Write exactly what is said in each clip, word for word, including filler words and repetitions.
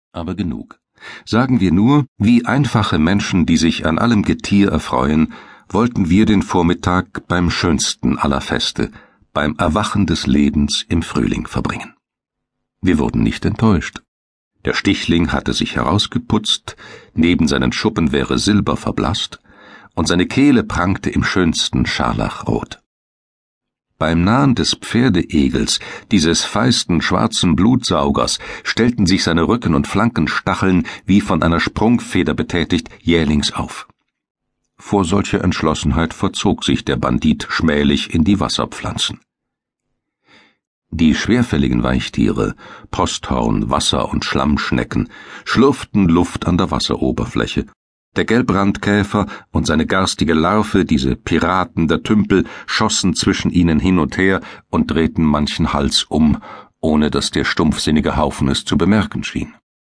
Aber genug. Sagen wir nur, wie einfache Menschen, die sich an allem Getier erfreuen, wollten wir den Vormittag beim schönsten aller Feste, beim Erwachen des Lebens im Frühling verbringen. Wir wurden nicht enttäuscht. Der Stichling hatte sich herausgeputzt, neben seinen Schuppen wäre Silber verblasst, und seine Kehle prangte im schönsten Scharlachrot. Beim Nahen des Pferdeegels, dieses feisten schwarzen Blutsaugers, stellten sich seine Rücken- und Flankenstacheln, wie von einer Sprungfeder betätigt, jählings auf. Vor solcher Entschlossenheit verzog sich der Bandit schmählich in die Wasserpflanzen. Die schwerfälligen Weichtiere, Posthorn, Wasser- und Schlammschnecken, schlürften Luft an der Wasseroberfläche. Der Gelbrandkäfer und seine garstige Larve, diese Piraten der Tümpel, schossen zwischen ihnen hin und her und drehten manchen Hals um, ohne dass der stumpfsinnige Haufen es zu bemerken schien.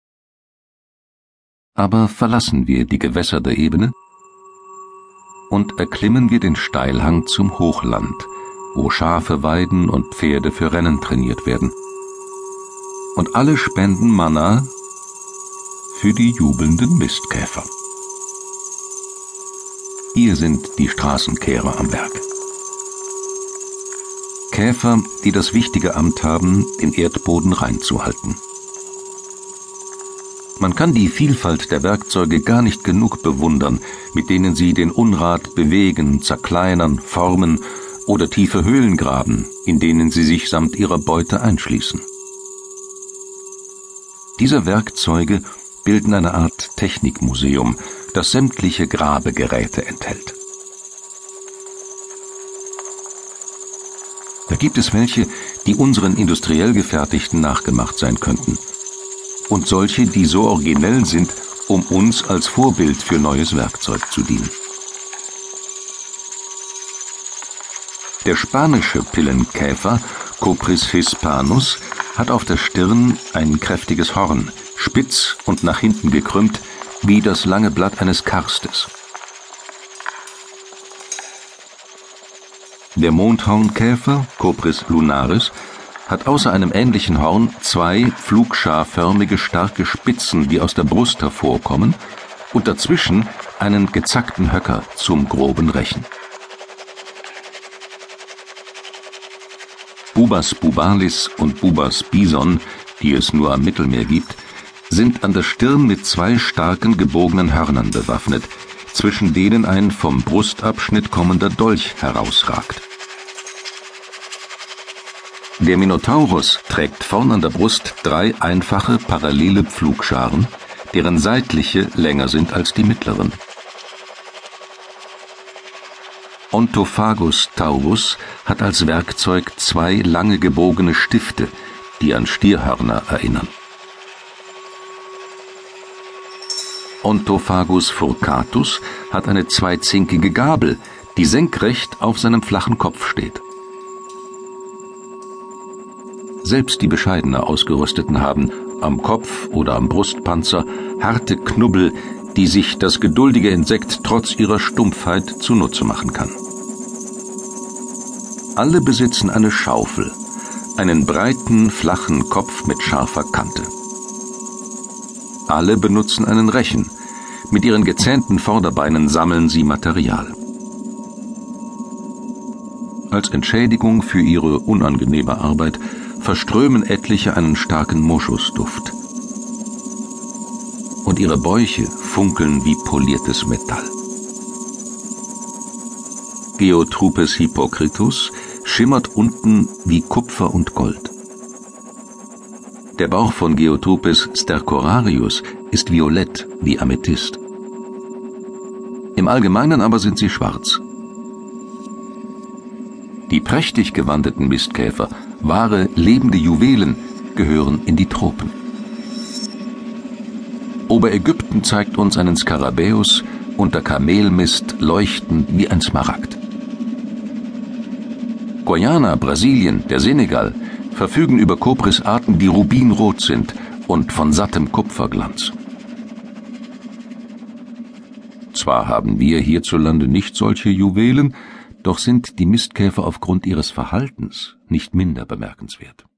Aber verlassen wir die Gewässer der Ebene und erklimmen wir den Steilhang zum Hochland, wo Schafe weiden und Pferde für Rennen trainiert werden. Und alle spenden Manna für die jubelnden Mistkäfer. Hier sind die Straßenkehrer am Werk. Käfer, die das wichtige Amt haben, den Erdboden reinzuhalten. Man kann die Vielfalt der Werkzeuge gar nicht genug bewundern, mit denen sie den Unrat bewegen, zerkleinern, formen oder tiefe Höhlen graben, in denen sie sich samt ihrer Beute einschließen. Diese Werkzeuge bilden eine Art Technikmuseum, das sämtliche Grabegeräte enthält. Da gibt es welche, die unseren industriell gefertigten nachgemacht sein könnten, und solche, die so originell sind, um uns als Vorbild für neues Werkzeug zu dienen. Der spanische Pillenkäfer, Copris hispanus, hat auf der Stirn ein kräftiges Horn, spitz und nach hinten gekrümmt, wie das lange Blatt eines Karstes. Der Mondhornkäfer, Copris lunaris, hat außer einem ähnlichen Horn zwei pflugscharförmige starke Spitzen, die aus der Brust hervorkommen, und dazwischen einen gezackten Höcker zum groben Rechen. Bubas bubalis und Bubas bison, die es nur am Mittelmeer gibt, sind an der Stirn mit zwei starken gebogenen Hörnern bewaffnet, zwischen denen ein vom Brustabschnitt kommender Dolch herausragt. Der Minotaurus trägt vorn an der Brust drei einfache parallele Pflugscharen, deren seitliche länger sind als die mittleren. Ontophagus taurus hat als Werkzeug zwei lange gebogene Stifte, die an Stierhörner erinnern. Ontophagus furcatus hat eine zweizinkige Gabel, die senkrecht auf seinem flachen Kopf steht. Selbst die bescheidener Ausgerüsteten haben, am Kopf oder am Brustpanzer, harte Knubbel, die sich das geduldige Insekt trotz ihrer Stumpfheit zunutze machen kann. Alle besitzen eine Schaufel, einen breiten, flachen Kopf mit scharfer Kante. Alle benutzen einen Rechen. Mit ihren gezähnten Vorderbeinen sammeln sie Material. Als Entschädigung für ihre unangenehme Arbeit verströmen etliche einen starken Moschusduft. Und ihre Bäuche funkeln wie poliertes Metall. Geotrupes hippocratus schimmert unten wie Kupfer und Gold. Der Bauch von Geotrupes stercorarius ist violett wie Amethyst. Im Allgemeinen aber sind sie schwarz. Die prächtig gewandeten Mistkäfer, wahre lebende Juwelen, gehören in die Tropen. Oberägypten zeigt uns einen Skarabäus, unter Kamelmist leuchtend wie ein Smaragd. Guyana, Brasilien, der Senegal verfügen über Copris-Arten, die rubinrot sind und von sattem Kupferglanz. Zwar haben wir hierzulande nicht solche Juwelen, doch sind die Mistkäfer aufgrund ihres Verhaltens nicht minder bemerkenswert.